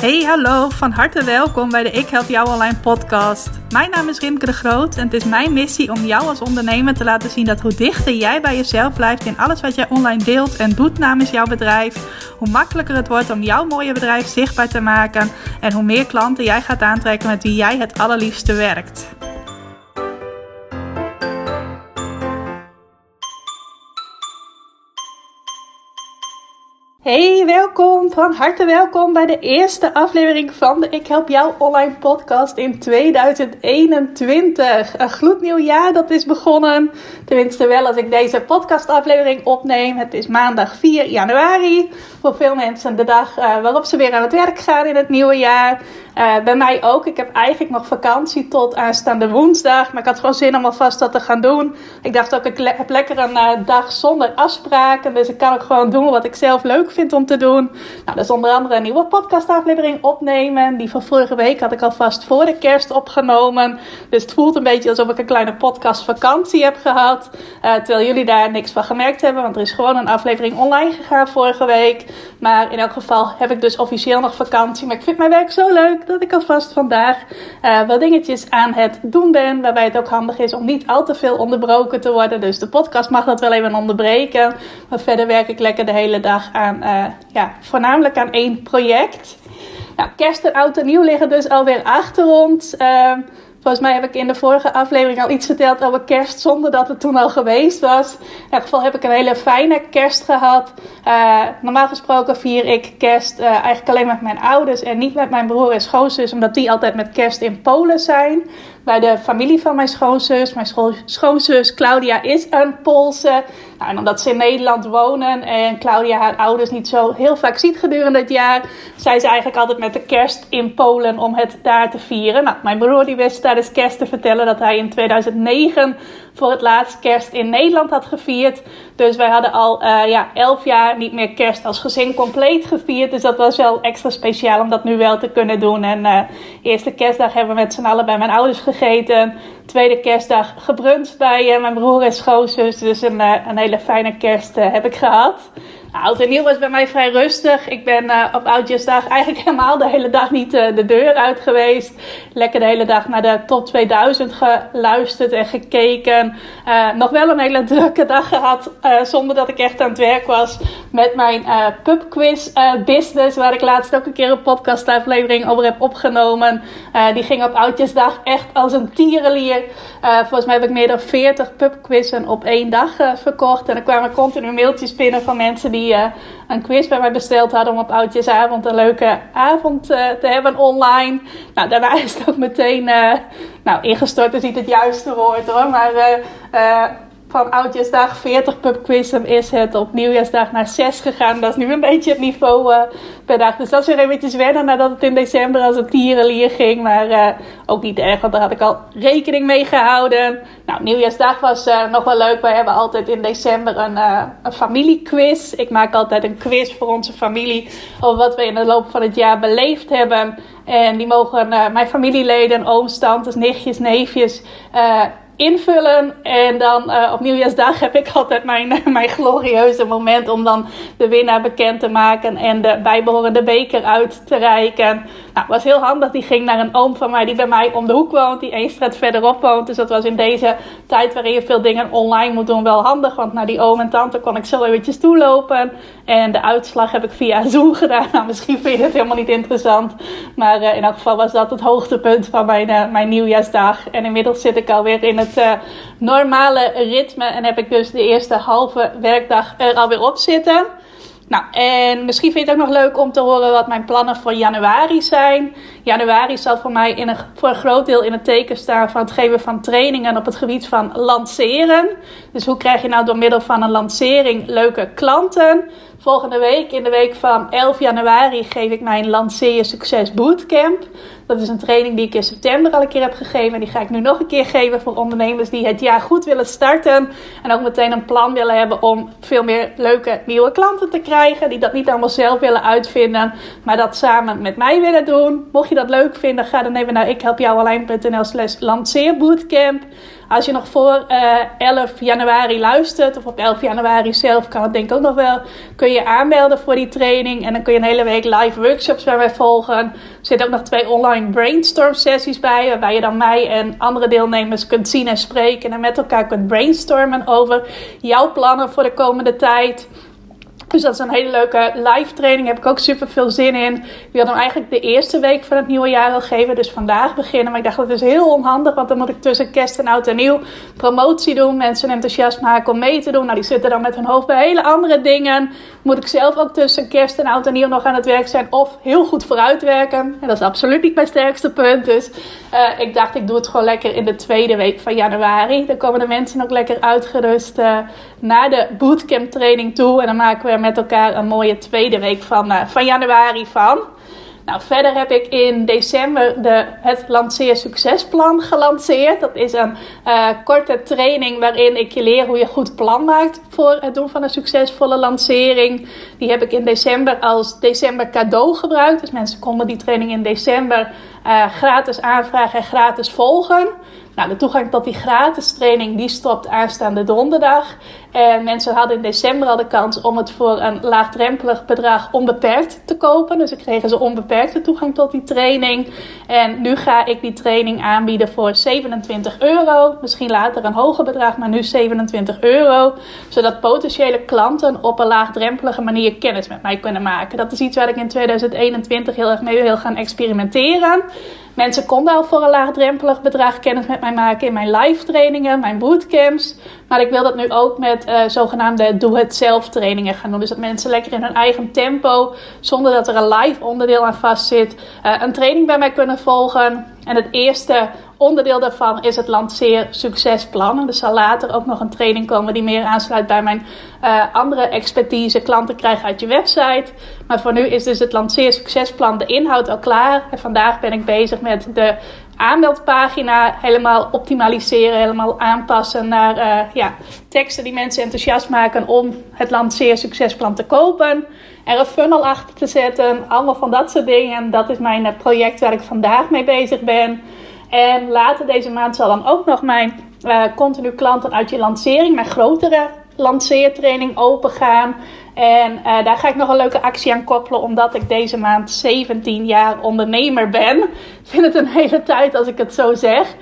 Hey, hallo, van harte welkom bij de Ik Help Jou Online podcast. Mijn naam is Rimke de Groot en het is mijn missie om jou als ondernemer te laten zien dat hoe dichter jij bij jezelf blijft in alles wat jij online deelt en doet namens jouw bedrijf, hoe makkelijker het wordt om jouw mooie bedrijf zichtbaar te maken en hoe meer klanten jij gaat aantrekken met wie jij het allerliefste werkt. Hey, welkom, van harte welkom bij de eerste aflevering van de Ik Help Jou Online podcast in 2021. Een gloednieuw jaar dat is begonnen, tenminste wel als ik deze podcastaflevering opneem. Het is maandag 4 januari, voor veel mensen de dag waarop ze weer aan het werk gaan in het nieuwe jaar. Bij mij ook, ik heb eigenlijk nog vakantie tot aanstaande woensdag, maar ik had gewoon zin om alvast dat te gaan doen. Ik dacht ook, ik heb lekker een dag zonder afspraken, dus ik kan ook gewoon doen wat ik zelf leuk vind om te doen. Nou, dat is onder andere een nieuwe podcastaflevering opnemen. Die van vorige week had ik alvast voor de kerst opgenomen. Dus het voelt een beetje alsof ik een kleine podcastvakantie heb gehad. Terwijl jullie daar niks van gemerkt hebben. Want er is gewoon een aflevering online gegaan vorige week. Maar in elk geval heb ik dus officieel nog vakantie. Maar ik vind mijn werk zo leuk dat ik alvast vandaag wat dingetjes aan het doen ben. Waarbij het ook handig is om niet al te veel onderbroken te worden. Dus de podcast mag dat wel even onderbreken. Maar verder werk ik lekker de hele dag aan voornamelijk aan één project. Nou, kerst en oud en nieuw liggen dus alweer achter ons. Volgens mij heb ik in de vorige aflevering al iets verteld over kerst zonder dat het toen al geweest was. In elk geval heb ik een hele fijne kerst gehad. Normaal gesproken vier ik kerst eigenlijk alleen met mijn ouders en niet met mijn broer en schoonzus. Omdat die altijd met kerst in Polen zijn. Bij de familie van mijn schoonzus. Mijn schoonzus Claudia is een Poolse. Nou, en omdat ze in Nederland wonen en Claudia haar ouders niet zo heel vaak ziet gedurende het jaar, zijn ze eigenlijk altijd met de kerst in Polen om het daar te vieren. Nou, mijn broer die wist tijdens kerst te vertellen dat hij in 2009 voor het laatst kerst in Nederland had gevierd. Dus wij hadden al 11 jaar niet meer kerst als gezin compleet gevierd. Dus dat was wel extra speciaal om dat nu wel te kunnen doen. En eerste kerstdag hebben we met z'n allen bij mijn ouders gegeten. Tweede kerstdag gebruncht bij mijn broer en schoonzus. Dus een hele fijne kerst heb ik gehad. Nou, oud en nieuw was bij mij vrij rustig. Ik ben op Oudjaarsdag eigenlijk helemaal de hele dag niet de deur uit geweest. Lekker de hele dag naar de top 2000 geluisterd en gekeken. Nog wel een hele drukke dag gehad zonder dat ik echt aan het werk was met mijn pubquiz business. Waar ik laatst ook een keer een podcastaflevering over heb opgenomen. Die ging op Oudjaarsdag echt als een tierenlier. Volgens mij heb ik meer dan 40 pubquizzen op één dag verkocht. En er kwamen continu mailtjes binnen van mensen die een quiz bij mij besteld hadden om op Oudjaarsavond een leuke avond te hebben online. Nou, daarna is het ook meteen ingestort is niet het juiste woord hoor, maar van Oudjaarsdag 40 pubquizzen is het op Nieuwjaarsdag naar 6 gegaan. Dat is nu een beetje het niveau per dag. Dus dat is weer een beetje wennen nadat het in december als een tierenlier ging. Maar ook niet erg, want daar had ik al rekening mee gehouden. Nou, Nieuwjaarsdag was nog wel leuk. Wij hebben altijd in december een familiequiz. Ik maak altijd een quiz voor onze familie over wat we in de loop van het jaar beleefd hebben. En die mogen mijn familieleden, ooms, tantes, nichtjes, neefjes invullen. En dan op Nieuwjaarsdag heb ik altijd mijn glorieuze moment om dan de winnaar bekend te maken en de bijbehorende beker uit te reiken. Nou, was heel handig. Die ging naar een oom van mij die bij mij om de hoek woont, die één straat verderop woont. Dus dat was in deze tijd waarin je veel dingen online moet doen wel handig. Want naar die oom en tante kon ik zo eventjes toelopen. En de uitslag heb ik via Zoom gedaan. Nou, misschien vind je het helemaal niet interessant. Maar in elk geval was dat het hoogtepunt van mijn Nieuwjaarsdag. En inmiddels zit ik alweer in het normale ritme. En heb ik dus de eerste halve werkdag er alweer op zitten. Nou, en misschien vind je het ook nog leuk om te horen wat mijn plannen voor januari zijn. Januari zal voor mij voor een groot deel in het teken staan van het geven van trainingen op het gebied van lanceren. Dus hoe krijg je nou door middel van een lancering leuke klanten? Volgende week, in de week van 11 januari, geef ik mijn Lanceer je Succes Bootcamp. Dat is een training die ik in september al een keer heb gegeven. En die ga ik nu nog een keer geven voor ondernemers die het jaar goed willen starten. En ook meteen een plan willen hebben om veel meer leuke nieuwe klanten te krijgen. Die dat niet allemaal zelf willen uitvinden, maar dat samen met mij willen doen. Mocht je dat leuk vinden, ga dan even naar ikhelpjouonline.nl/lanceerbootcamp. Als je nog voor 11 januari luistert, of op 11 januari zelf kan het denk ik ook nog wel, kun je aanmelden voor die training. En dan kun je een hele week live workshops bij mij volgen. Er zitten ook nog 2 online brainstorm sessies bij, waarbij je dan mij en andere deelnemers kunt zien en spreken. En met elkaar kunt brainstormen over jouw plannen voor de komende tijd. Dus dat is een hele leuke live training. Daar heb ik ook super veel zin in. Ik wilde hem eigenlijk de eerste week van het nieuwe jaar al geven. Dus vandaag beginnen. Maar ik dacht dat is heel onhandig. Want dan moet ik tussen kerst en oud en nieuw promotie doen. Mensen enthousiast maken om mee te doen. Nou, die zitten dan met hun hoofd bij hele andere dingen. Moet ik zelf ook tussen kerst en oud en nieuw nog aan het werk zijn. Of heel goed vooruitwerken. En dat is absoluut niet mijn sterkste punt. Dus ik dacht ik doe het gewoon lekker in de tweede week van januari. Dan komen de mensen ook lekker uitgerust naar de bootcamp training toe. En dan maken we met elkaar een mooie tweede week van januari van. Nou, verder heb ik in december het Lanceer Succesplan gelanceerd. Dat is een korte training waarin ik je leer hoe je goed plan maakt voor het doen van een succesvolle lancering. Die heb ik in december als december cadeau gebruikt. Dus mensen konden die training in december gratis aanvragen en gratis volgen. Nou, de toegang tot die gratis training die stopt aanstaande donderdag. En mensen hadden in december al de kans om het voor een laagdrempelig bedrag onbeperkt te kopen. Dus ik kregen ze onbeperkte toegang tot die training. En nu ga ik die training aanbieden voor €27. Misschien later een hoger bedrag, maar nu €27. Zodat potentiële klanten op een laagdrempelige manier kennis met mij kunnen maken. Dat is iets waar ik in 2021 heel erg mee wil gaan experimenteren. Mensen konden al voor een laagdrempelig bedrag kennis met mij maken in mijn live trainingen, mijn bootcamps. Maar ik wil dat nu ook met zogenaamde doe-het-zelf trainingen gaan doen. Dus dat mensen lekker in hun eigen tempo, zonder dat er een live onderdeel aan vast zit, een training bij mij kunnen volgen. En het eerste onderdeel daarvan is het Lanceer Succesplan. En er zal later ook nog een training komen die meer aansluit bij mijn andere expertise. Klanten krijgen uit je website. Maar voor nu is dus het Lanceer Succesplan, de inhoud al klaar. En vandaag ben ik bezig met de aanmeldpagina helemaal optimaliseren, helemaal aanpassen naar teksten die mensen enthousiast maken om het Lanceer Succesplan te kopen. Er een funnel achter te zetten, allemaal van dat soort dingen. Dat is mijn project waar ik vandaag mee bezig ben. En later deze maand zal dan ook nog mijn continu klanten uit je lancering, mijn grotere lanceertraining open gaan. En daar ga ik nog een leuke actie aan koppelen, omdat ik deze maand 17 jaar ondernemer ben. Ik vind het een hele tijd als ik het zo zeg.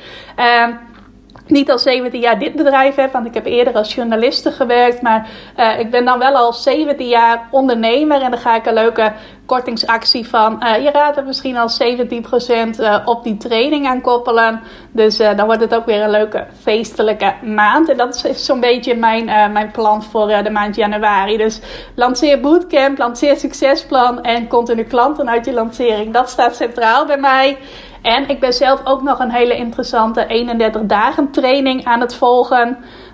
Niet al 17 jaar dit bedrijf heb, want ik heb eerder als journaliste gewerkt. Maar ik ben dan wel al 17 jaar ondernemer. En dan ga ik een leuke kortingsactie van, je raadt het misschien al 17% op die training aan koppelen. Dus dan wordt het ook weer een leuke feestelijke maand. En dat is zo'n beetje mijn plan voor de maand januari. Dus lanceer bootcamp, lanceer succesplan en continu klanten uit je lancering. Dat staat centraal bij mij. En ik ben zelf ook nog een hele interessante 31 dagen training aan het volgen.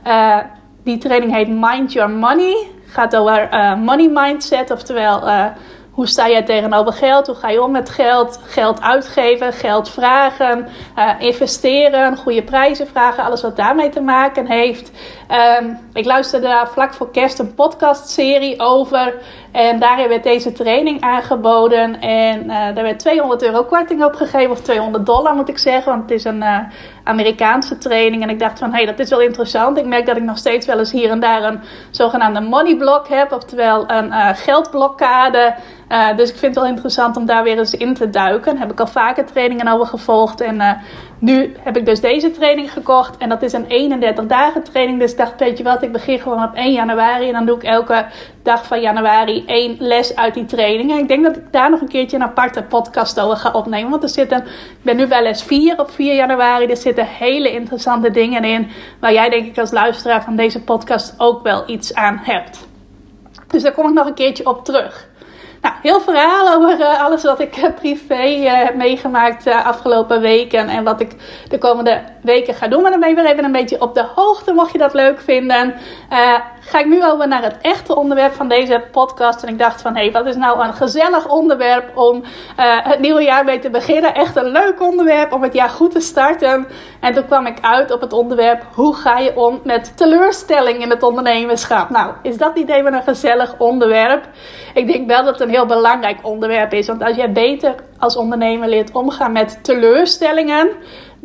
Die training heet Mind Your Money. Gaat over money mindset, oftewel hoe sta jij tegenover geld? Hoe ga je om met geld? Geld uitgeven, geld vragen, investeren, goede prijzen vragen. Alles wat daarmee te maken heeft. Ik luisterde daar vlak voor kerst een podcastserie over. En daarin werd deze training aangeboden. En daar werd €200 korting op gegeven. Of $200 moet ik zeggen. Want het is een Amerikaanse training. En ik dacht van, dat is wel interessant. Ik merk dat ik nog steeds wel eens hier en daar een zogenaamde money block heb. Oftewel een geldblokkade. Dus ik vind het wel interessant om daar weer eens in te duiken. Daar heb ik al vaker trainingen over gevolgd. En nu heb ik dus deze training gekocht. En dat is een 31 dagen training. Dus ik dacht, weet je wat, ik begin gewoon op 1 januari. En dan doe ik elke dag van januari 1 les uit die training. En ik denk dat ik daar nog een keertje een aparte podcast over ga opnemen. Want ik ben nu bij les 4 op 4 januari. Er zitten hele interessante dingen in. Waar jij denk ik als luisteraar van deze podcast ook wel iets aan hebt. Dus daar kom ik nog een keertje op terug. Nou, heel verhaal over alles wat ik privé heb meegemaakt afgelopen weken. En wat ik de komende weken ga doen. Maar dan ben je weer even een beetje op de hoogte, mocht je dat leuk vinden. Ga ik nu over naar het echte onderwerp van deze podcast. En ik dacht van, wat is nou een gezellig onderwerp om het nieuwe jaar mee te beginnen. Echt een leuk onderwerp om het jaar goed te starten. En toen kwam ik uit op het onderwerp, hoe ga je om met teleurstelling in het ondernemerschap? Nou, is dat niet even een gezellig onderwerp? Ik denk wel dat het een heel belangrijk onderwerp is. Want als jij beter als ondernemer leert omgaan met teleurstellingen,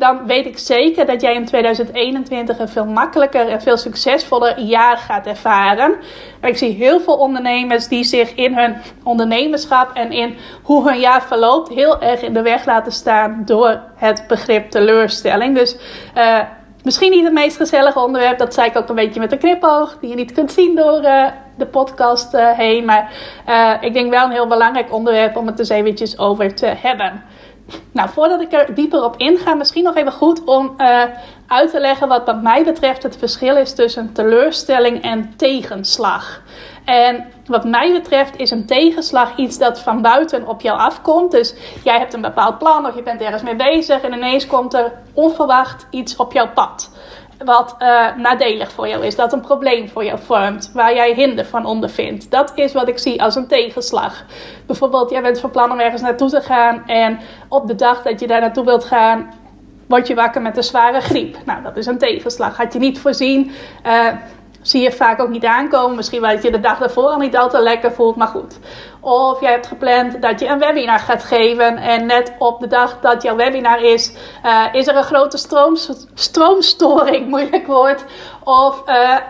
dan weet ik zeker dat jij in 2021 een veel makkelijker en veel succesvoller jaar gaat ervaren. En ik zie heel veel ondernemers die zich in hun ondernemerschap en in hoe hun jaar verloopt heel erg in de weg laten staan door het begrip teleurstelling. Dus misschien niet het meest gezellige onderwerp, dat zei ik ook een beetje met een knipoog, die je niet kunt zien door de podcast heen. Maar ik denk wel een heel belangrijk onderwerp om het eens eventjes over te hebben. Nou, voordat ik er dieper op inga, misschien nog even goed om uit te leggen wat mij betreft het verschil is tussen teleurstelling en tegenslag. En wat mij betreft is een tegenslag iets dat van buiten op jou afkomt. Dus jij hebt een bepaald plan of je bent ergens mee bezig en ineens komt er onverwacht iets op jouw pad. Wat nadelig voor jou is, dat een probleem voor jou vormt, waar jij hinder van ondervindt. Dat is wat ik zie als een tegenslag. Bijvoorbeeld, jij bent van plan om ergens naartoe te gaan en op de dag dat je daar naartoe wilt gaan, word je wakker met een zware griep. Nou, dat is een tegenslag. Had je niet voorzien, zie je vaak ook niet aankomen. Misschien wel dat je de dag daarvoor al niet al te lekker voelt, maar goed. Of jij hebt gepland dat je een webinar gaat geven en net op de dag dat jouw webinar is er een grote stroomstoring, moeilijk woord. Of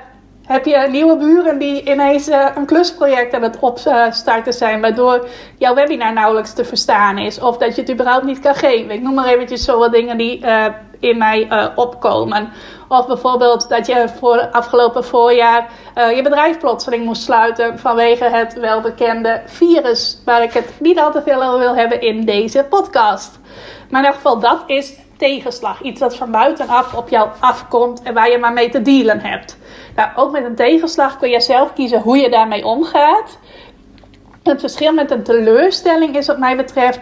heb je nieuwe buren die ineens een klusproject aan het opstarten zijn, waardoor jouw webinar nauwelijks te verstaan is. Of dat je het überhaupt niet kan geven. Ik noem maar eventjes zo wat dingen die in mij opkomen. Of bijvoorbeeld dat je voor afgelopen voorjaar je bedrijf plotseling moest sluiten vanwege het welbekende virus, waar ik het niet al te veel over wil hebben in deze podcast. Maar in elk geval, dat is tegenslag. Iets dat van buitenaf op jou afkomt en waar je maar mee te dealen hebt. Nou, ook met een tegenslag kun je zelf kiezen hoe je daarmee omgaat. Het verschil met een teleurstelling is wat mij betreft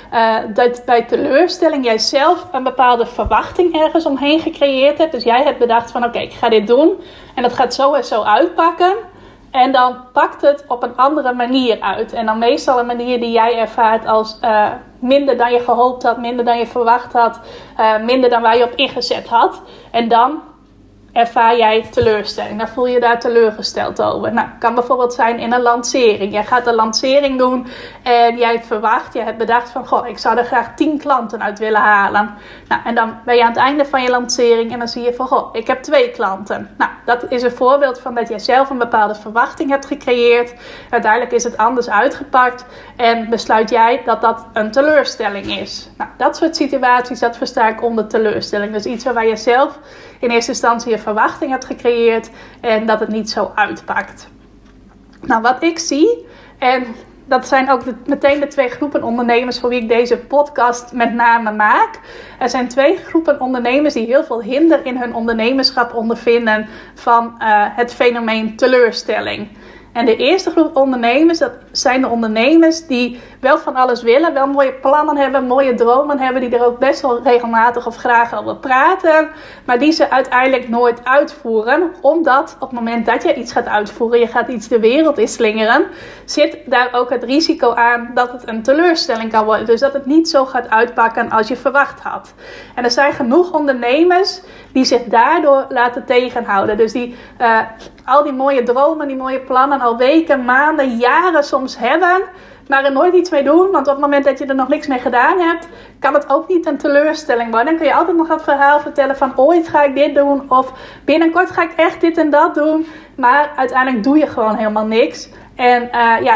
dat bij teleurstelling jij zelf een bepaalde verwachting ergens omheen gecreëerd hebt. Dus jij hebt bedacht van oké, ik ga dit doen en dat gaat zo en zo uitpakken. En dan pakt het op een andere manier uit. En dan meestal een manier die jij ervaart als minder dan je gehoopt had, minder dan je verwacht had, minder dan waar je op ingezet had. En dan ervaar jij teleurstelling. Dan voel je daar teleurgesteld over. Nou, kan bijvoorbeeld zijn in een lancering. Jij gaat een lancering doen en jij verwacht, je hebt bedacht van, goh, ik zou er graag 10 klanten uit willen halen. Nou, en dan ben je aan het einde van je lancering en dan zie je van, goh, ik heb 2 klanten. Nou, dat is een voorbeeld van dat jij zelf een bepaalde verwachting hebt gecreëerd. Uiteindelijk is het anders uitgepakt en besluit jij dat dat een teleurstelling is. Nou, dat soort situaties, dat versta ik onder teleurstelling. Dus iets waar je zelf in eerste instantie je verwachting hebt gecreëerd en dat het niet zo uitpakt. Nou, wat ik zie, en dat zijn ook meteen de 2 groepen ondernemers voor wie ik deze podcast met name maak. Er zijn 2 groepen ondernemers die heel veel hinder in hun ondernemerschap ondervinden van het fenomeen teleurstelling. En de eerste groep ondernemers, dat zijn de ondernemers die wel van alles willen, wel mooie plannen hebben, mooie dromen hebben, die er ook best wel regelmatig of graag over praten, maar die ze uiteindelijk nooit uitvoeren, omdat op het moment dat je iets gaat uitvoeren, je gaat iets de wereld in slingeren, zit daar ook het risico aan dat het een teleurstelling kan worden. Dus dat het niet zo gaat uitpakken als je verwacht had. En er zijn genoeg ondernemers die zich daardoor laten tegenhouden. Dus die al die mooie dromen, die mooie plannen al weken, maanden, jaren soms hebben, maar er nooit iets mee doen. Want op het moment dat je er nog niks mee gedaan hebt, kan het ook niet een teleurstelling worden. Dan kun je altijd nog het verhaal vertellen van ooit ga ik dit doen of binnenkort ga ik echt dit en dat doen. Maar uiteindelijk doe je gewoon helemaal niks. En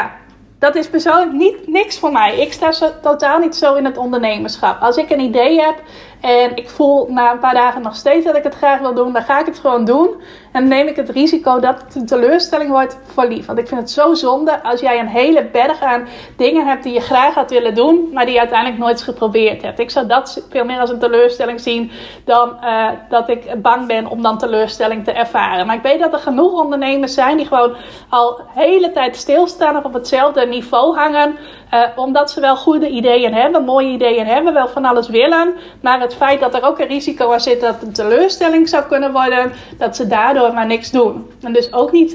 dat is persoonlijk niks voor mij. Ik sta totaal niet zo in het ondernemerschap. Als ik een idee heb en ik voel na een paar dagen nog steeds dat ik het graag wil doen, dan ga ik het gewoon doen. En dan neem ik het risico dat het een teleurstelling wordt voor lief. Want ik vind het zo zonde als jij een hele berg aan dingen hebt die je graag had willen doen, maar die je uiteindelijk nooit eens geprobeerd hebt. Ik zou dat veel meer als een teleurstelling zien dan dat ik bang ben om dan teleurstelling te ervaren. Maar ik weet dat er genoeg ondernemers zijn die gewoon al de hele tijd stilstaan of op hetzelfde niveau hangen. Omdat ze wel goede ideeën hebben, mooie ideeën hebben, wel van alles willen. Maar het feit dat er ook een risico aan zit dat het een teleurstelling zou kunnen worden, dat ze daardoor maar niks doen. En dus ook niet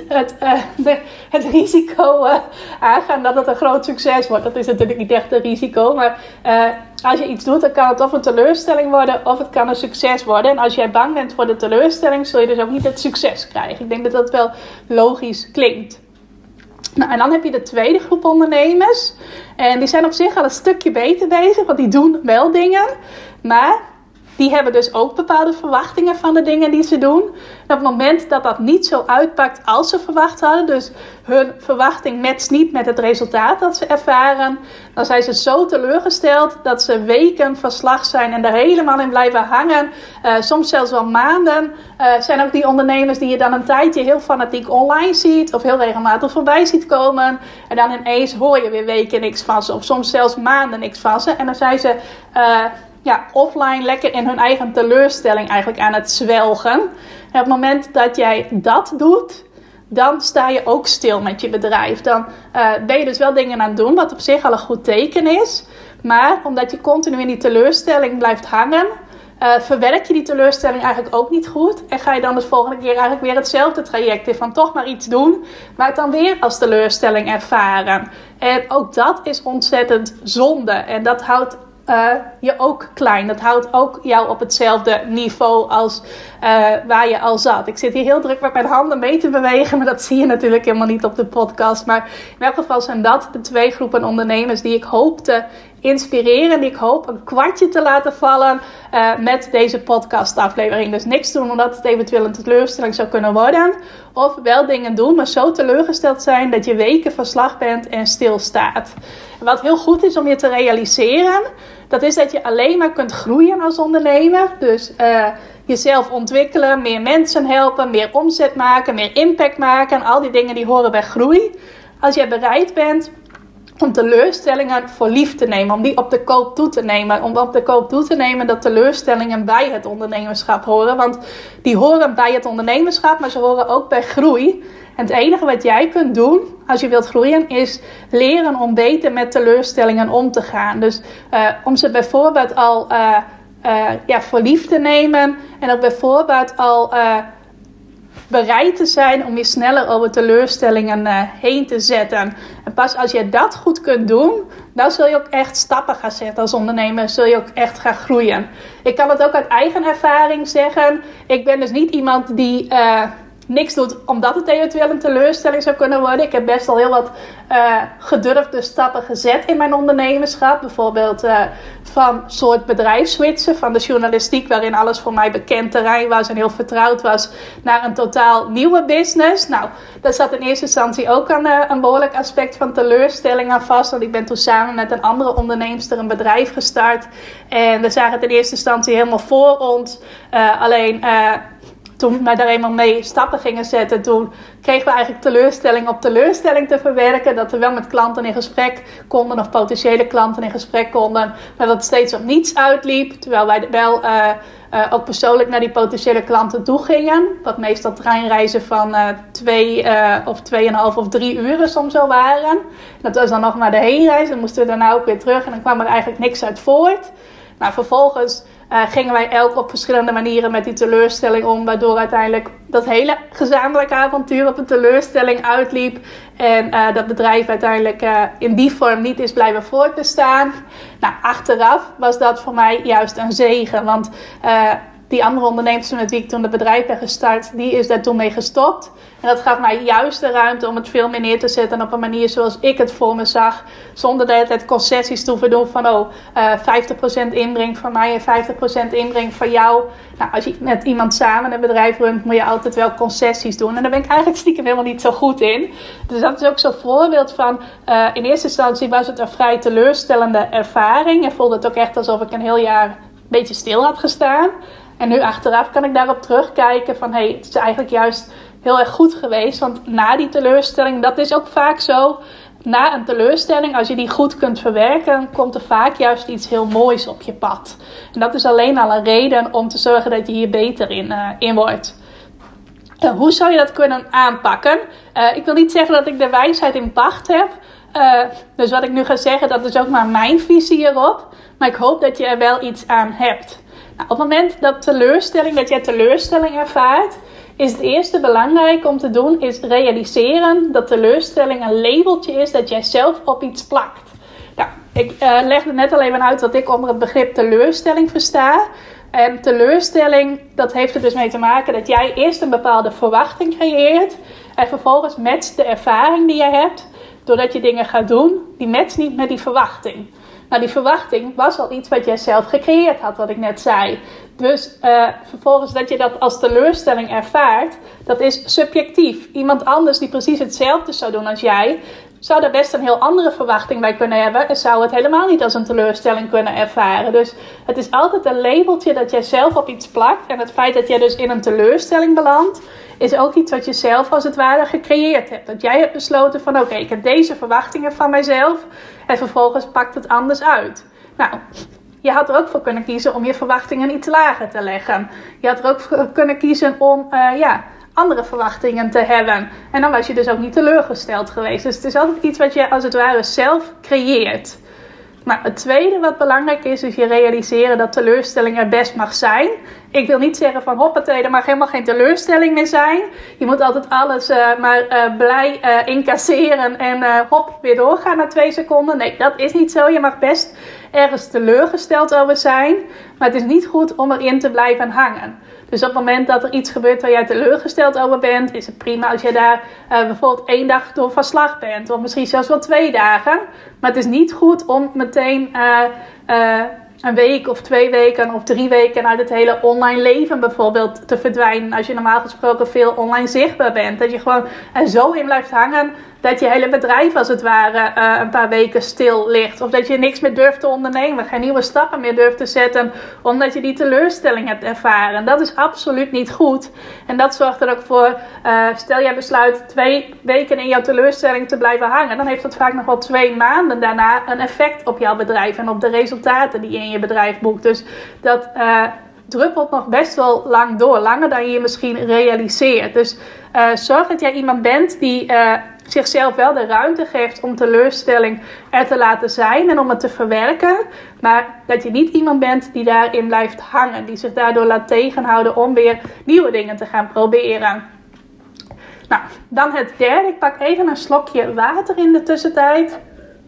het risico aangaan dat het een groot succes wordt. Dat is natuurlijk niet echt een risico, maar als je iets doet, dan kan het of een teleurstelling worden of het kan een succes worden. En als jij bang bent voor de teleurstelling, zul je dus ook niet het succes krijgen. Ik denk dat dat wel logisch klinkt. Nou, en dan heb je de tweede groep ondernemers. En die zijn op zich al een stukje beter bezig, want die doen wel dingen. Maar die hebben dus ook bepaalde verwachtingen van de dingen die ze doen. En op het moment dat dat niet zo uitpakt als ze verwacht hadden, dus hun verwachting matcht niet met het resultaat dat ze ervaren, dan zijn ze zo teleurgesteld dat ze weken van slag zijn en er helemaal in blijven hangen. Soms zelfs wel maanden. Zijn ook die ondernemers die je dan een tijdje heel fanatiek online ziet of heel regelmatig voorbij ziet komen. En dan ineens hoor je weer weken niks van ze of soms zelfs maanden niks van ze. En dan zijn ze offline lekker in hun eigen teleurstelling eigenlijk aan het zwelgen. En op het moment dat jij dat doet, dan sta je ook stil met je bedrijf. Dan ben je dus wel dingen aan het doen, wat op zich al een goed teken is. Maar omdat je continu in die teleurstelling blijft hangen, verwerk je die teleurstelling eigenlijk ook niet goed. En ga je dan de volgende keer eigenlijk weer hetzelfde traject in van toch maar iets doen, maar het dan weer als teleurstelling ervaren. En ook dat is ontzettend zonde. En dat houdt je ook klein. Dat houdt ook jou op hetzelfde niveau als waar je al zat. Ik zit hier heel druk met mijn handen mee te bewegen, maar dat zie je natuurlijk helemaal niet op de podcast. Maar in elk geval zijn dat de 2 groepen ondernemers die ik hoop te inspireren, die ik hoop een kwartje te laten vallen met deze podcastaflevering. Dus niks doen omdat het eventueel een teleurstelling zou kunnen worden. Of wel dingen doen, maar zo teleurgesteld zijn dat je weken van slag bent en stilstaat. En wat heel goed is om je te realiseren, dat is dat je alleen maar kunt groeien als ondernemer. Dus jezelf ontwikkelen, meer mensen helpen, meer omzet maken, meer impact maken. En al die dingen die horen bij groei. Als jij bereid bent om teleurstellingen voor lief te nemen, om die op de koop toe te nemen. Om op de koop toe te nemen dat teleurstellingen bij het ondernemerschap horen. Want die horen bij het ondernemerschap, maar ze horen ook bij groei. En het enige wat jij kunt doen als je wilt groeien is leren om beter met teleurstellingen om te gaan. Dus om ze bijvoorbeeld al voor lief te nemen en ook bijvoorbeeld al bereid te zijn om je sneller over teleurstellingen heen te zetten. En pas als je dat goed kunt doen, dan zul je ook echt stappen gaan zetten als ondernemer. Zul je ook echt gaan groeien. Ik kan het ook uit eigen ervaring zeggen. Ik ben dus niet iemand die niks doet omdat het eventueel een teleurstelling zou kunnen worden. Ik heb best al heel wat gedurfde stappen gezet in mijn ondernemerschap. Bijvoorbeeld van soort bedrijfswitchen, van de journalistiek waarin alles voor mij bekend terrein was en heel vertrouwd was, naar een totaal nieuwe business. Nou, daar zat in eerste instantie ook een behoorlijk aspect van teleurstelling aan vast. Want ik ben toen samen met een andere onderneemster een bedrijf gestart. En we zagen het in eerste instantie helemaal voor ons. Toen wij daar eenmaal mee stappen gingen zetten, toen kregen we eigenlijk teleurstelling op teleurstelling te verwerken. Dat we wel met klanten in gesprek konden of potentiële klanten in gesprek konden. Maar dat het steeds op niets uitliep. Terwijl wij wel ook persoonlijk naar die potentiële klanten toe gingen. Wat meestal treinreizen van 2 of 2,5 of 3 uren soms zo waren. En dat was dan nog maar de heenreis. Dan moesten we daarna ook weer terug en dan kwam er eigenlijk niks uit voort. Nou, vervolgens gingen wij elk op verschillende manieren met die teleurstelling om. Waardoor uiteindelijk dat hele gezamenlijke avontuur op een teleurstelling uitliep. En dat bedrijf uiteindelijk in die vorm niet is blijven voortbestaan. Nou, achteraf was dat voor mij juist een zegen. Want die andere ondernemers met wie ik toen het bedrijf ben gestart, die is daar toen mee gestopt. En dat gaf mij juist de ruimte om het veel meer neer te zetten op een manier zoals ik het voor me zag. Zonder dat het concessies te hoeven doen van 50% inbreng van mij en 50% inbreng van jou. Nou, als je met iemand samen een bedrijf runt, moet je altijd wel concessies doen. En daar ben ik eigenlijk stiekem helemaal niet zo goed in. Dus dat is ook zo'n voorbeeld van, in eerste instantie was het een vrij teleurstellende ervaring. En voelde het ook echt alsof ik een heel jaar een beetje stil had gestaan. En nu achteraf kan ik daarop terugkijken van het is eigenlijk juist heel erg goed geweest. Want na die teleurstelling, dat is ook vaak zo. Na een teleurstelling, als je die goed kunt verwerken, komt er vaak juist iets heel moois op je pad. En dat is alleen al een reden om te zorgen dat je hier beter in wordt. Hoe zou je dat kunnen aanpakken? Ik wil niet zeggen dat ik de wijsheid in pacht heb. Dus wat ik nu ga zeggen, dat is ook maar mijn visie hierop. Maar ik hoop dat je er wel iets aan hebt. Nou, op het moment dat jij teleurstelling ervaart, is het eerste belangrijk om te doen, is realiseren dat teleurstelling een labeltje is dat jij zelf op iets plakt. Nou, ik legde net al even uit wat ik onder het begrip teleurstelling versta. En teleurstelling, dat heeft er dus mee te maken dat jij eerst een bepaalde verwachting creëert. En vervolgens matcht de ervaring die je hebt, doordat je dingen gaat doen, die matcht niet met die verwachting. Nou, die verwachting was al iets wat jij zelf gecreëerd had, wat ik net zei. Dus vervolgens dat je dat als teleurstelling ervaart, dat is subjectief. Iemand anders die precies hetzelfde zou doen als jij, zou daar best een heel andere verwachting bij kunnen hebben en zou het helemaal niet als een teleurstelling kunnen ervaren. Dus het is altijd een labeltje dat jij zelf op iets plakt. En het feit dat jij dus in een teleurstelling belandt, is ook iets wat je zelf als het ware gecreëerd hebt. Dat jij hebt besloten van oké, ik heb deze verwachtingen van mijzelf en vervolgens pakt het anders uit. Nou, je had er ook voor kunnen kiezen om je verwachtingen iets lager te leggen. Je had er ook voor kunnen kiezen om andere verwachtingen te hebben. En dan was je dus ook niet teleurgesteld geweest. Dus het is altijd iets wat je als het ware zelf creëert. Maar het tweede wat belangrijk is je realiseren dat teleurstelling er best mag zijn. Ik wil niet zeggen van hoppatee, er mag helemaal geen teleurstelling meer zijn. Je moet altijd alles blij incasseren en weer doorgaan na 2 seconden. Nee, dat is niet zo. Je mag best ergens teleurgesteld over zijn. Maar het is niet goed om erin te blijven hangen. Dus op het moment dat er iets gebeurt waar jij teleurgesteld over bent, is het prima als je daar bijvoorbeeld 1 dag door van slag bent. Of misschien zelfs wel 2 dagen. Maar het is niet goed om meteen een week of 2 weken of 3 weken uit het hele online leven bijvoorbeeld te verdwijnen. Als je normaal gesproken veel online zichtbaar bent. Dat je gewoon er zo in blijft hangen dat je hele bedrijf als het ware een paar weken stil ligt. Of dat je niks meer durft te ondernemen. Geen nieuwe stappen meer durft te zetten. Omdat je die teleurstelling hebt ervaren. Dat is absoluut niet goed. En dat zorgt er ook voor. Stel jij besluit 2 weken in jouw teleurstelling te blijven hangen. Dan heeft dat vaak nog wel 2 maanden daarna een effect op jouw bedrijf. En op de resultaten die je in je bedrijf boekt. Dus dat druppelt nog best wel lang door. Langer dan je misschien realiseert. Dus zorg dat jij iemand bent die zichzelf wel de ruimte geeft om teleurstelling er te laten zijn en om het te verwerken. Maar dat je niet iemand bent die daarin blijft hangen. Die zich daardoor laat tegenhouden om weer nieuwe dingen te gaan proberen. Nou, dan het derde. Ik pak even een slokje water in de tussentijd.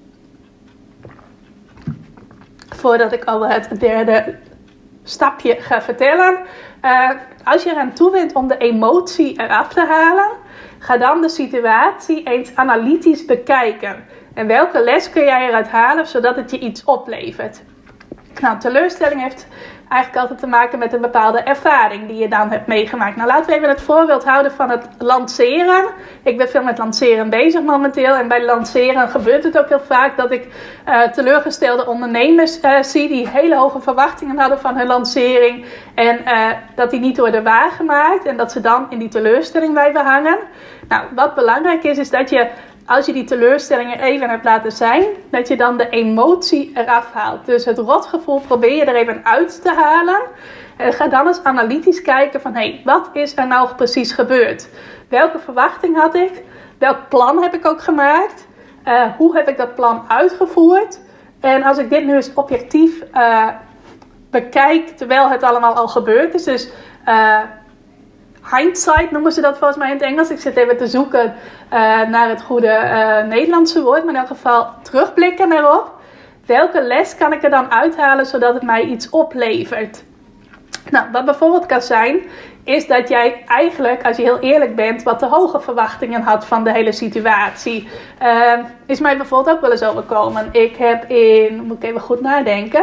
Voordat ik over het derde stapje ga vertellen. Als je eraan toe bent om de emotie eraf te halen, ga dan de situatie eens analytisch bekijken. En welke les kun jij eruit halen zodat het je iets oplevert? Nou, teleurstelling heeft eigenlijk altijd te maken met een bepaalde ervaring die je dan hebt meegemaakt. Nou, laten we even het voorbeeld houden van het lanceren. Ik ben veel met lanceren bezig momenteel. En bij lanceren gebeurt het ook heel vaak dat ik teleurgestelde ondernemers zie die hele hoge verwachtingen hadden van hun lancering. En dat die niet worden waargemaakt en dat ze dan in die teleurstelling blijven hangen. Nou, wat belangrijk is dat je, als je die teleurstellingen even hebt laten zijn, dat je dan de emotie eraf haalt. Dus het rotgevoel probeer je er even uit te halen. En ga dan eens analytisch kijken van, wat is er nou precies gebeurd? Welke verwachting had ik? Welk plan heb ik ook gemaakt? Hoe heb ik dat plan uitgevoerd? En als ik dit nu eens objectief bekijk, terwijl het allemaal al gebeurd is, dus hindsight noemen ze dat volgens mij in het Engels. Ik zit even te zoeken naar het goede Nederlandse woord. Maar in elk geval terugblikken erop. Welke les kan ik er dan uithalen zodat het mij iets oplevert? Nou, wat bijvoorbeeld kan zijn, is dat jij eigenlijk, als je heel eerlijk bent, wat te hoge verwachtingen had van de hele situatie. Is mij bijvoorbeeld ook wel eens overkomen. Ik heb moet ik even goed nadenken,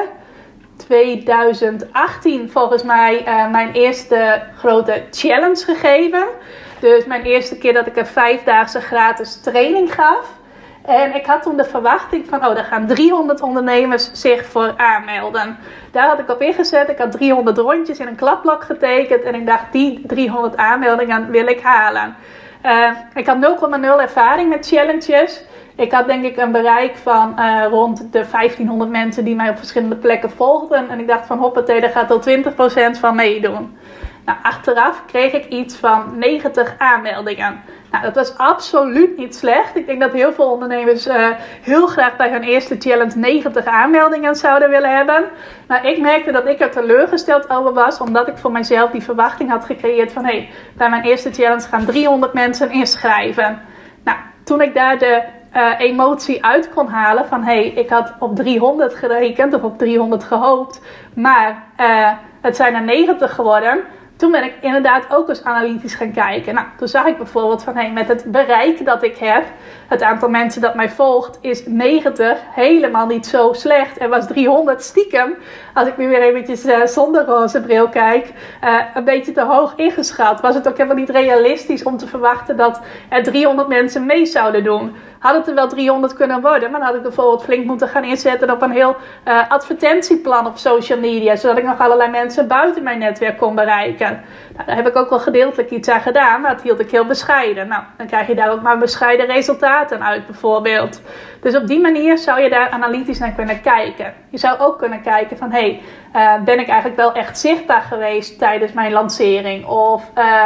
2018 volgens mij mijn eerste grote challenge gegeven. Dus mijn eerste keer dat ik een 5-daagse gratis training gaf. En ik had toen de verwachting van, daar gaan 300 ondernemers zich voor aanmelden. Daar had ik op ingezet. Ik had 300 rondjes in een klapblok getekend. En ik dacht, die 300 aanmeldingen wil ik halen. Ik had 0,0 ervaring met challenges. Ik had denk ik een bereik van rond de 1500 mensen die mij op verschillende plekken volgden. En ik dacht van hoppatee, daar gaat al 20% van meedoen. Nou, achteraf kreeg ik iets van 90 aanmeldingen. Nou, dat was absoluut niet slecht. Ik denk dat heel veel ondernemers heel graag bij hun eerste challenge 90 aanmeldingen zouden willen hebben. Maar ik merkte dat ik er teleurgesteld over was, omdat ik voor mezelf die verwachting had gecreëerd van bij mijn eerste challenge gaan 300 mensen inschrijven. Nou, toen ik daar de emotie uit kon halen van ik had op 300 gerekend of op 300 gehoopt, maar het zijn er 90 geworden. toen ben ik inderdaad ook eens analytisch gaan kijken. Nou, toen zag ik bijvoorbeeld van, met het bereik dat ik heb, het aantal mensen dat mij volgt is 90, helemaal niet zo slecht. Er was 300 stiekem, als ik nu weer eventjes zonder roze bril kijk, een beetje te hoog ingeschat. Was het ook helemaal niet realistisch om te verwachten dat er 300 mensen mee zouden doen. Had het er wel 300 kunnen worden, maar dan had ik bijvoorbeeld flink moeten gaan inzetten op een heel advertentieplan op social media, zodat ik nog allerlei mensen buiten mijn netwerk kon bereiken. Nou, daar heb ik ook wel gedeeltelijk iets aan gedaan, maar dat hield ik heel bescheiden. Nou, dan krijg je daar ook maar bescheiden resultaten uit bijvoorbeeld. Dus op die manier zou je daar analytisch naar kunnen kijken. Je zou ook kunnen kijken van, ben ik eigenlijk wel echt zichtbaar geweest tijdens mijn lancering? Of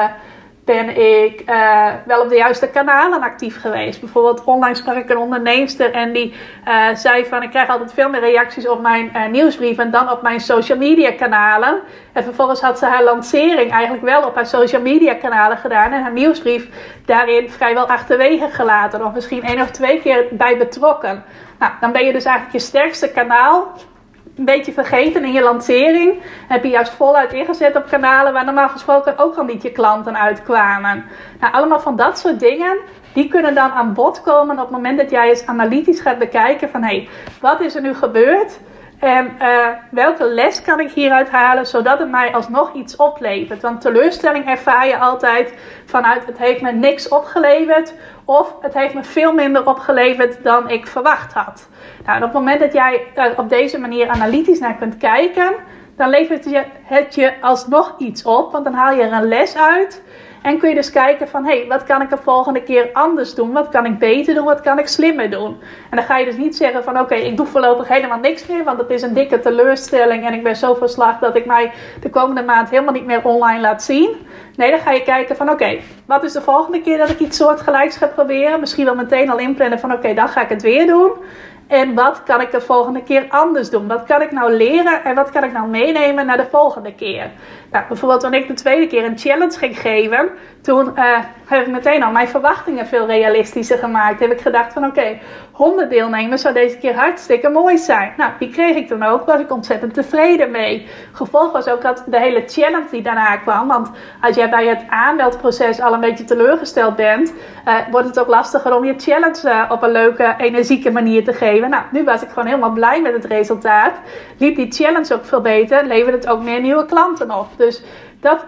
ben ik wel op de juiste kanalen actief geweest? Bijvoorbeeld onlangs sprak ik een onderneemster en die zei van, ik krijg altijd veel meer reacties op mijn nieuwsbrieven dan op mijn social media kanalen. En vervolgens had ze haar lancering eigenlijk wel op haar social media kanalen gedaan en haar nieuwsbrief daarin vrijwel achterwege gelaten. Of misschien 1 of 2 keer bij betrokken. Nou, dan ben je dus eigenlijk je sterkste kanaal een beetje vergeten in je lancering. Heb je juist voluit ingezet op kanalen waar normaal gesproken ook al niet je klanten uitkwamen. Nou, allemaal van dat soort dingen, die kunnen dan aan bod komen op het moment dat jij eens analytisch gaat bekijken van, wat is er nu gebeurd? En welke les kan ik hieruit halen, zodat het mij alsnog iets oplevert? Want teleurstelling ervaar je altijd vanuit, het heeft me niks opgeleverd, of het heeft me veel minder opgeleverd dan ik verwacht had. Nou, op het moment dat jij op deze manier analytisch naar kunt kijken, dan levert het je alsnog iets op, want dan haal je er een les uit. En kun je dus kijken van, wat kan ik de volgende keer anders doen? Wat kan ik beter doen? Wat kan ik slimmer doen? En dan ga je dus niet zeggen van, oké, ik doe voorlopig helemaal niks meer, want het is een dikke teleurstelling en ik ben zo verslagen dat ik mij de komende maand helemaal niet meer online laat zien. Nee, dan ga je kijken van, oké, wat is de volgende keer dat ik iets soortgelijks ga proberen? Misschien wel meteen al inplannen van, oké, dan ga ik het weer doen. En wat kan ik de volgende keer anders doen? Wat kan ik nou leren en wat kan ik nou meenemen naar de volgende keer? Nou, bijvoorbeeld toen ik de tweede keer een challenge ging geven, toen heb ik meteen al mijn verwachtingen veel realistischer gemaakt. Heb ik gedacht van, 100 deelnemers zou deze keer hartstikke mooi zijn. Nou, die kreeg ik toen ook, was ik ontzettend tevreden mee. Gevolg was ook dat de hele challenge die daarna kwam, want als jij bij het aanmeldproces al een beetje teleurgesteld bent, wordt het ook lastiger om je challenge op een leuke, energieke manier te geven. Nou, nu was ik gewoon helemaal blij met het resultaat. Liep die challenge ook veel beter, leverde het ook meer nieuwe klanten op. Dus dat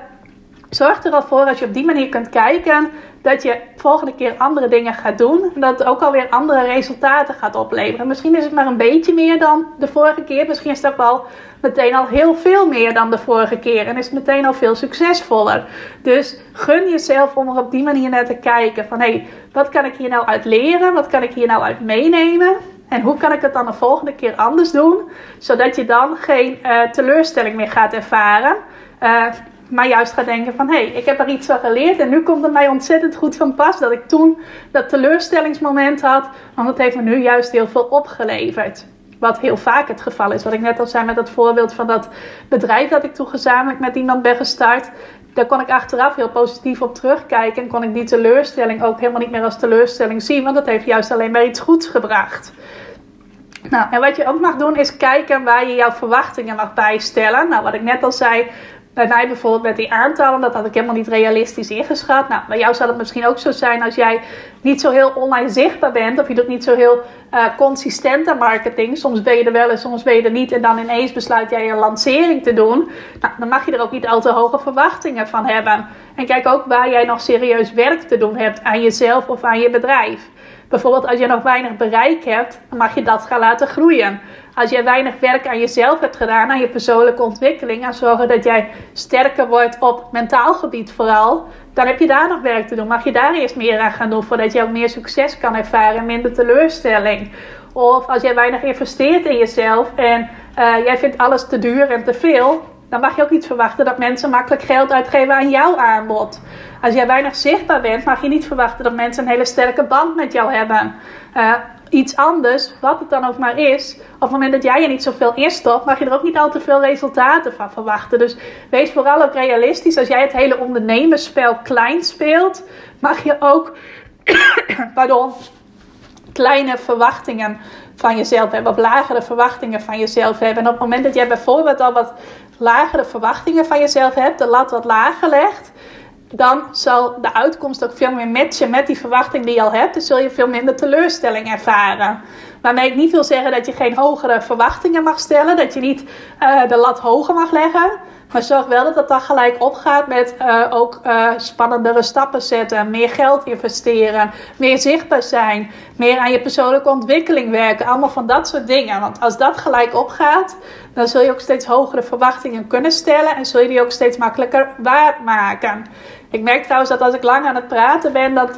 zorgt er al voor, als je op die manier kunt kijken, dat je volgende keer andere dingen gaat doen. En dat het ook alweer andere resultaten gaat opleveren. Misschien is het maar een beetje meer dan de vorige keer. Misschien is het ook wel meteen al heel veel meer dan de vorige keer. En is het meteen al veel succesvoller. Dus gun jezelf om er op die manier naar te kijken. Van wat kan ik hier nou uit leren? Wat kan ik hier nou uit meenemen? En hoe kan ik het dan de volgende keer anders doen? Zodat je dan geen teleurstelling meer gaat ervaren. Maar juist gaat denken van, ik heb er iets van geleerd. En nu komt het mij ontzettend goed van pas dat ik toen dat teleurstellingsmoment had. Want het heeft me nu juist heel veel opgeleverd. Wat heel vaak het geval is. Wat ik net al zei met dat voorbeeld van dat bedrijf dat ik toen gezamenlijk met iemand ben gestart. Daar kon ik achteraf heel positief op terugkijken. En kon ik die teleurstelling ook helemaal niet meer als teleurstelling zien. Want dat heeft juist alleen maar iets goeds gebracht. Nou, en wat je ook mag doen is kijken waar je jouw verwachtingen mag bijstellen. Nou, wat ik net al zei, bij mij bijvoorbeeld met die aantallen, dat had ik helemaal niet realistisch ingeschat. Nou, bij jou zou het misschien ook zo zijn als jij niet zo heel online zichtbaar bent. Of je doet niet zo heel consistent aan marketing. Soms ben je er wel en soms ben je er niet. En dan ineens besluit jij een lancering te doen. Nou, dan mag je er ook niet al te hoge verwachtingen van hebben. En kijk ook waar jij nog serieus werk te doen hebt aan jezelf of aan je bedrijf. Bijvoorbeeld als je nog weinig bereik hebt, dan mag je dat gaan laten groeien. Als jij weinig werk aan jezelf hebt gedaan, aan je persoonlijke ontwikkeling, en zorgen dat jij sterker wordt op mentaal gebied vooral, dan heb je daar nog werk te doen. Mag je daar eerst meer aan gaan doen, voordat je ook meer succes kan ervaren en minder teleurstelling. Of als jij weinig investeert in jezelf en jij vindt alles te duur en te veel, dan mag je ook niet verwachten dat mensen makkelijk geld uitgeven aan jouw aanbod. Als jij weinig zichtbaar bent, mag je niet verwachten dat mensen een hele sterke band met jou hebben. Iets anders, wat het dan ook maar is, op het moment dat jij er niet zoveel in stopt, mag je er ook niet al te veel resultaten van verwachten. Dus wees vooral ook realistisch. Als jij het hele ondernemersspel klein speelt, mag je ook kleine verwachtingen van jezelf hebben, of lagere verwachtingen van jezelf hebben. En op het moment dat jij bijvoorbeeld al wat lagere verwachtingen van jezelf hebt, de lat wat lager legt, dan zal de uitkomst ook veel meer matchen met die verwachting die je al hebt. Dus zul je veel minder teleurstelling ervaren. Waarmee ik niet wil zeggen dat je geen hogere verwachtingen mag stellen. Dat je niet de lat hoger mag leggen. Maar zorg wel dat het dan gelijk opgaat met ook spannendere stappen zetten. Meer geld investeren. Meer zichtbaar zijn. Meer aan je persoonlijke ontwikkeling werken. Allemaal van dat soort dingen. Want als dat gelijk opgaat, dan zul je ook steeds hogere verwachtingen kunnen stellen. En zul je die ook steeds makkelijker waarmaken. Ik merk trouwens dat als ik lang aan het praten ben, dat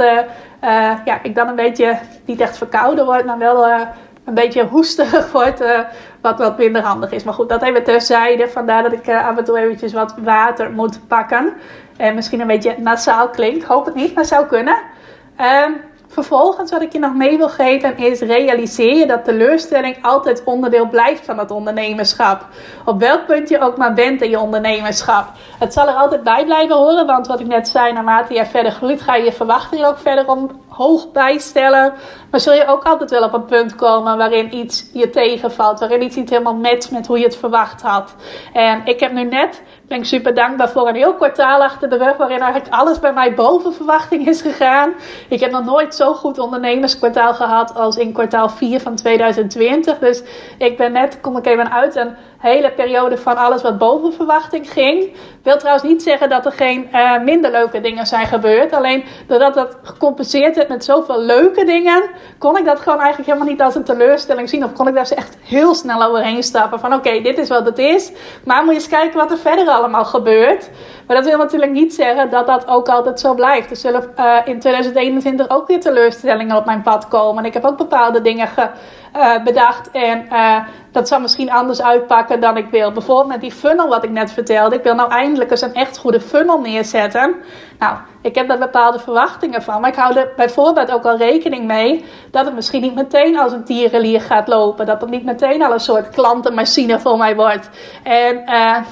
ik dan een beetje, niet echt verkouden word, maar wel een beetje hoesterig word, wat minder handig is. Maar goed, dat even terzijde. Vandaar dat ik af en toe eventjes wat water moet pakken. En misschien een beetje nasaal klinkt. Hoop het niet, maar zou kunnen. Vervolgens wat ik je nog mee wil geven is, realiseer je dat teleurstelling altijd onderdeel blijft van het ondernemerschap. Op welk punt je ook maar bent in je ondernemerschap. Het zal er altijd bij blijven horen, want wat ik net zei, naarmate je verder groeit, ga je je verwachtingen ook verder omhoog bijstellen. Maar zul je ook altijd wel op een punt komen waarin iets je tegenvalt, waarin iets niet helemaal matcht met hoe je het verwacht had. En ik heb nu net, ben ik super dankbaar voor een heel kwartaal achter de rug, waarin eigenlijk alles bij mij boven verwachting is gegaan. Ik heb nog nooit zo goed ondernemerskwartaal gehad als in kwartaal 4 van 2020. Dus ik ben net, kom ik even uit een hele periode van alles wat boven verwachting ging. Wil trouwens niet zeggen dat er geen minder leuke dingen zijn gebeurd. Alleen doordat dat gecompenseerd werd met zoveel leuke dingen, kon ik dat gewoon eigenlijk helemaal niet als een teleurstelling zien. Of kon ik daar echt heel snel overheen stappen. Van oké, dit is wat het is. Maar moet je eens kijken wat er verder allemaal gebeurt. Maar dat wil natuurlijk niet zeggen dat dat ook altijd zo blijft. Er zullen in 2021 ook weer teleurstellingen op mijn pad komen. En ik heb ook bepaalde dingen bedacht. En dat zal misschien anders uitpakken dan ik wil. Bijvoorbeeld met die funnel wat ik net vertelde. Ik wil nou eindelijk eens een echt goede funnel neerzetten. Nou, ik heb daar bepaalde verwachtingen van. Maar ik hou er bijvoorbeeld ook al rekening mee dat het misschien niet meteen als een tierenlier gaat lopen. Dat het niet meteen al een soort klantenmachine voor mij wordt. En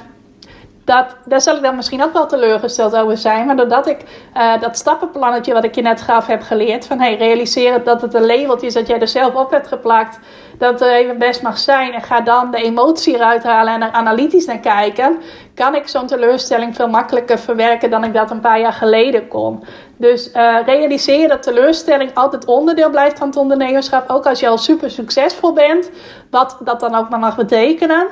daar zal ik dan misschien ook wel teleurgesteld over zijn. Maar doordat ik dat stappenplannetje wat ik je net gaf heb geleerd. Van realiseer dat het een labeltje is dat jij er zelf op hebt geplakt. Dat het even best mag zijn. En ga dan de emotie eruit halen en er analytisch naar kijken. Kan ik zo'n teleurstelling veel makkelijker verwerken dan ik dat een paar jaar geleden kon. Dus realiseer dat teleurstelling altijd onderdeel blijft van het ondernemerschap. Ook als je al super succesvol bent. Wat dat dan ook maar mag betekenen.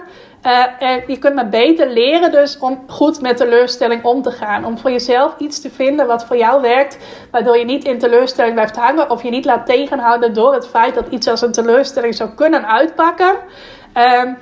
Je kunt maar beter leren dus om goed met teleurstelling om te gaan. Om voor jezelf iets te vinden wat voor jou werkt. Waardoor je niet in teleurstelling blijft hangen. Of je niet laat tegenhouden door het feit dat iets als een teleurstelling zou kunnen uitpakken. En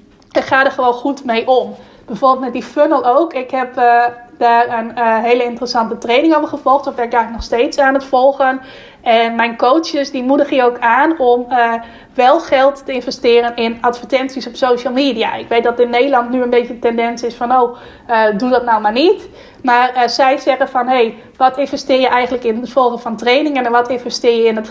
ga er gewoon goed mee om. Bijvoorbeeld met die funnel ook. Ik heb daar een hele interessante training over gevolgd. Dat ben ik eigenlijk nog steeds aan het volgen. En mijn coaches die moedigen je ook aan om wel geld te investeren in advertenties op social media. Ik weet dat in Nederland nu een beetje de tendens is van doe dat nou maar niet. Maar zij zeggen van wat investeer je eigenlijk in het volgen van trainingen en wat investeer je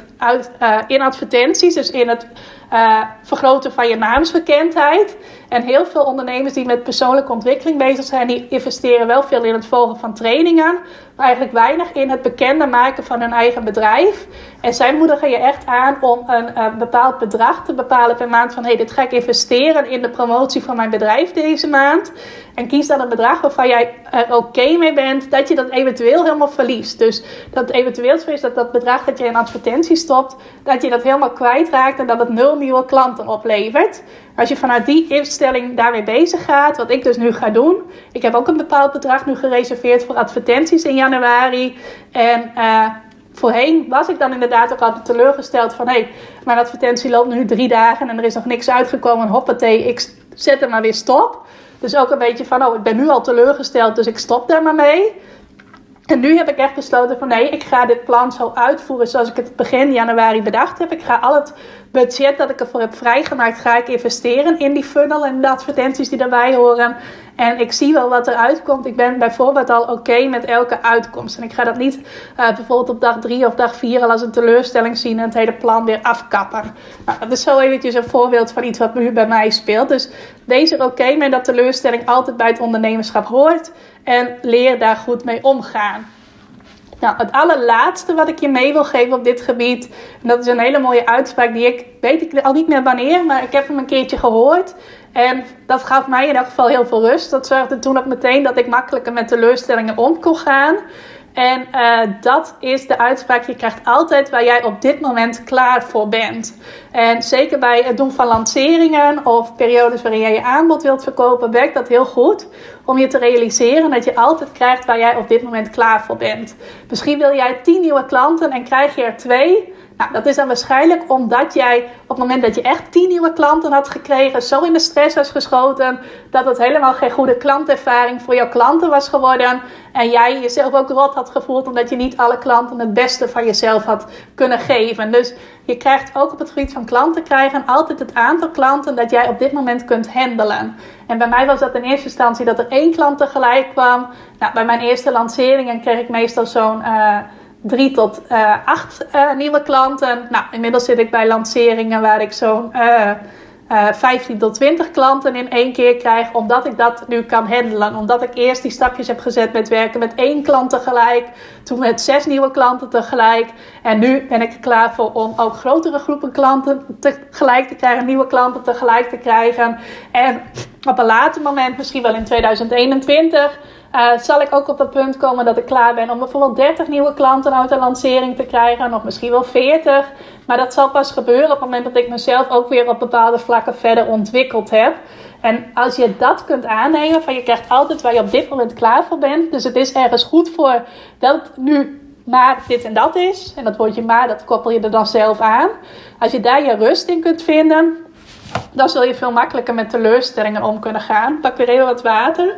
in advertenties. Dus in het vergroten van je naamsbekendheid. En heel veel ondernemers die met persoonlijke ontwikkeling bezig zijn, die investeren wel veel in het volgen van trainingen. Maar eigenlijk weinig in het bekender maken van hun eigen bedrijf. En zij moedigen je echt aan om een bepaald bedrag te bepalen per maand. Van dit ga ik investeren in de promotie van mijn bedrijf deze maand. En kies dan een bedrag waarvan jij er oké mee bent dat je dat eventueel helemaal verliest. Dus dat het eventueel zo is dat bedrag dat je in advertentie stopt, dat je dat helemaal kwijtraakt en dat het 0 nieuwe klanten oplevert. Als je vanuit die instelling daarmee bezig gaat, wat ik dus nu ga doen. Ik heb ook een bepaald bedrag nu gereserveerd voor advertenties in januari. En voorheen was ik dan inderdaad ook altijd teleurgesteld van mijn advertentie loopt nu 3 dagen en er is nog niks uitgekomen. Hoppatee, ik zet er maar weer stop. Dus ook een beetje van ik ben nu al teleurgesteld, dus ik stop daar maar mee. En nu heb ik echt besloten van ik ga dit plan zo uitvoeren zoals ik het begin januari bedacht heb. Ik ga al het budget dat ik ervoor heb vrijgemaakt, ga ik investeren in die funnel en de advertenties die daarbij horen. En ik zie wel wat eruit komt. Ik ben bijvoorbeeld al oké met elke uitkomst. En ik ga dat niet bijvoorbeeld op dag 3 of dag 4 al als een teleurstelling zien en het hele plan weer afkappen. Nou, dat is zo eventjes een voorbeeld van iets wat nu bij mij speelt. Dus wees er oké mee dat teleurstelling altijd bij het ondernemerschap hoort. En leer daar goed mee omgaan. Nou, het allerlaatste wat ik je mee wil geven op dit gebied. En dat is een hele mooie uitspraak die ik weet al niet meer wanneer, maar ik heb hem een keertje gehoord. En dat gaf mij in elk geval heel veel rust. Dat zorgde toen ook meteen dat ik makkelijker met teleurstellingen om kon gaan. En dat is de uitspraak: je krijgt altijd waar jij op dit moment klaar voor bent. En zeker bij het doen van lanceringen of periodes waarin jij je aanbod wilt verkopen, werkt dat heel goed om je te realiseren dat je altijd krijgt waar jij op dit moment klaar voor bent. Misschien wil jij 10 nieuwe klanten en krijg je er 2. Nou, dat is dan waarschijnlijk omdat jij op het moment dat je echt 10 nieuwe klanten had gekregen, zo in de stress was geschoten, dat het helemaal geen goede klantervaring voor jouw klanten was geworden. En jij jezelf ook rot had gevoeld omdat je niet alle klanten het beste van jezelf had kunnen geven. Dus je krijgt ook op het gebied van klanten krijgen altijd het aantal klanten dat jij op dit moment kunt handelen. En bij mij was dat in eerste instantie dat er 1 klant tegelijk kwam. Nou, bij mijn eerste lanceringen kreeg ik meestal zo'n 3 tot 8 nieuwe klanten. Nou, inmiddels zit ik bij lanceringen waar ik zo'n 15 tot 20 klanten in 1 keer krijg. Omdat ik dat nu kan handelen. Omdat ik eerst die stapjes heb gezet met werken met 1 klant tegelijk. Toen met 6 nieuwe klanten tegelijk. En nu ben ik er klaar voor om ook grotere groepen klanten tegelijk te krijgen. Nieuwe klanten tegelijk te krijgen. En op een later moment, misschien wel in 2021... zal ik ook op dat punt komen dat ik klaar ben om bijvoorbeeld 30 nieuwe klanten uit de lancering te krijgen. Of misschien wel 40. Maar dat zal pas gebeuren op het moment dat ik mezelf ook weer op bepaalde vlakken verder ontwikkeld heb. En als je dat kunt aannemen, van je krijgt altijd waar je op dit moment klaar voor bent. Dus het is ergens goed voor dat het nu maar dit en dat is. En dat woordje maar, dat koppel je er dan zelf aan. Als je daar je rust in kunt vinden, dan zul je veel makkelijker met teleurstellingen om kunnen gaan. Pak weer even wat water.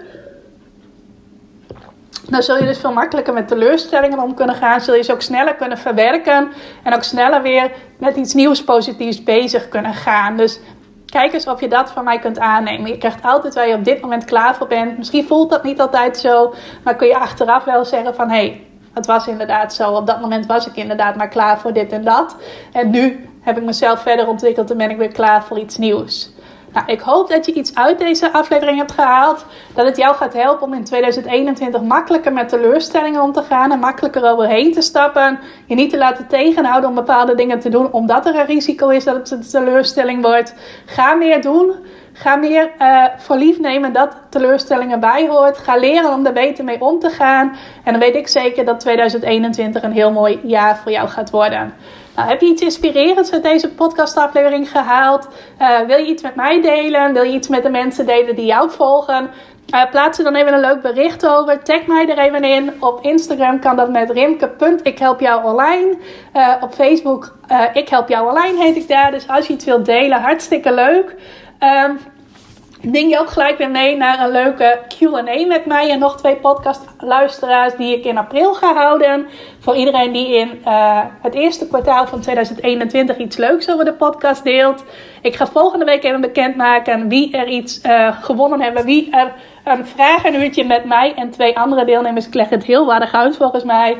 Dan zul je dus veel makkelijker met teleurstellingen om kunnen gaan. Zul je ze ook sneller kunnen verwerken. En ook sneller weer met iets nieuws positiefs bezig kunnen gaan. Dus kijk eens of je dat van mij kunt aannemen. Je krijgt altijd waar je op dit moment klaar voor bent. Misschien voelt dat niet altijd zo. Maar kun je achteraf wel zeggen van hey, het was inderdaad zo. Op dat moment was ik inderdaad maar klaar voor dit en dat. En nu heb ik mezelf verder ontwikkeld en ben ik weer klaar voor iets nieuws. Nou, ik hoop dat je iets uit deze aflevering hebt gehaald. Dat het jou gaat helpen om in 2021 makkelijker met teleurstellingen om te gaan. En makkelijker overheen te stappen. Je niet te laten tegenhouden om bepaalde dingen te doen. Omdat er een risico is dat het een teleurstelling wordt. Ga meer doen. Ga meer voor lief nemen dat teleurstellingen bij hoort. Ga leren om er beter mee om te gaan. En dan weet ik zeker dat 2021 een heel mooi jaar voor jou gaat worden. Nou, heb je iets inspirerends uit deze podcastaflevering gehaald? Wil je iets met mij delen? Wil je iets met de mensen delen die jou volgen? Plaats er dan even een leuk bericht over. Tag mij er even in. Op Instagram kan dat met rimke.ikhelpjouonline. Op Facebook Ik Help Jou Online heet ik daar. Dus als je iets wilt delen, hartstikke leuk. Neem je ook gelijk weer mee naar een leuke Q&A met mij en nog 2 podcastluisteraars die ik in april ga houden. Voor iedereen die in het eerste kwartaal van 2021 iets leuks over de podcast deelt. Ik ga volgende week even bekendmaken wie er iets gewonnen hebben. Wie er een vragenuurtje met mij en 2 andere deelnemers. Ik leg het heel waardig uit volgens mij.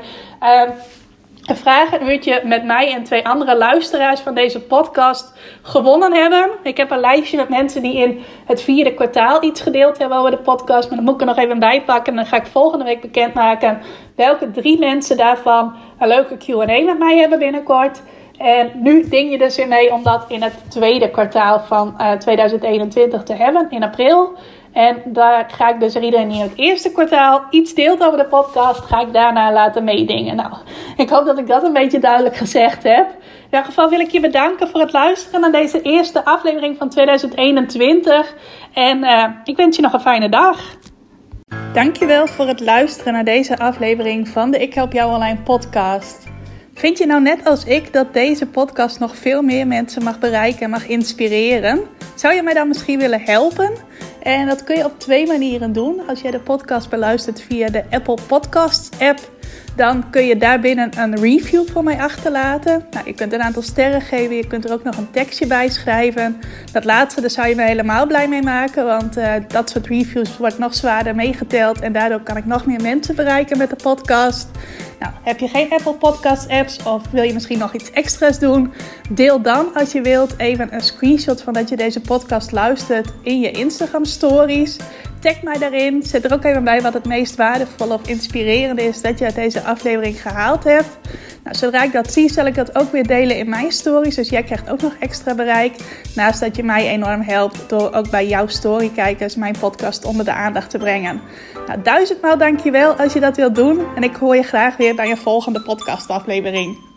Een vragenuurtje met mij en 2 andere luisteraars van deze podcast gewonnen hebben. Ik heb een lijstje met mensen die in het 4e kwartaal iets gedeeld hebben over de podcast. Maar dan moet ik er nog even bij pakken. En dan ga ik volgende week bekendmaken welke 3 mensen daarvan een leuke Q&A met mij hebben binnenkort. En nu ding je dus weer mee om dat in het 2e kwartaal van 2021 te hebben, in april. En daar ga ik dus iedereen die in het eerste kwartaal iets deelt over de podcast, ga ik daarna laten meedingen. Nou, ik hoop dat ik dat een beetje duidelijk gezegd heb. In ieder geval wil ik je bedanken voor het luisteren naar deze eerste aflevering van 2021. En ik wens je nog een fijne dag. Dankjewel voor het luisteren naar deze aflevering van de Ik Help Jou Online podcast. Vind je nou net als ik dat deze podcast nog veel meer mensen mag bereiken en mag inspireren? Zou je mij dan misschien willen helpen? En dat kun je op 2 manieren doen. Als jij de podcast beluistert via de Apple Podcasts app, dan kun je daarbinnen een review voor mij achterlaten. Nou, je kunt een aantal sterren geven, je kunt er ook nog een tekstje bij schrijven. Dat laatste, daar zou je me helemaal blij mee maken, want dat soort reviews wordt nog zwaarder meegeteld. En daardoor kan ik nog meer mensen bereiken met de podcast. Nou, heb je geen Apple Podcast apps of wil je misschien nog iets extra's doen? Deel dan, als je wilt, even een screenshot van dat je deze podcast luistert in je Instagram stories. Tag mij daarin. Zet er ook even bij wat het meest waardevol of inspirerende is dat je uit deze deze aflevering gehaald hebt. Nou, zodra ik dat zie, zal ik dat ook weer delen in mijn stories. Dus jij krijgt ook nog extra bereik. Naast dat je mij enorm helpt door ook bij jouw storykijkers mijn podcast onder de aandacht te brengen. Nou, 1000 maal dankjewel als je dat wilt doen. En ik hoor je graag weer bij een volgende podcastaflevering.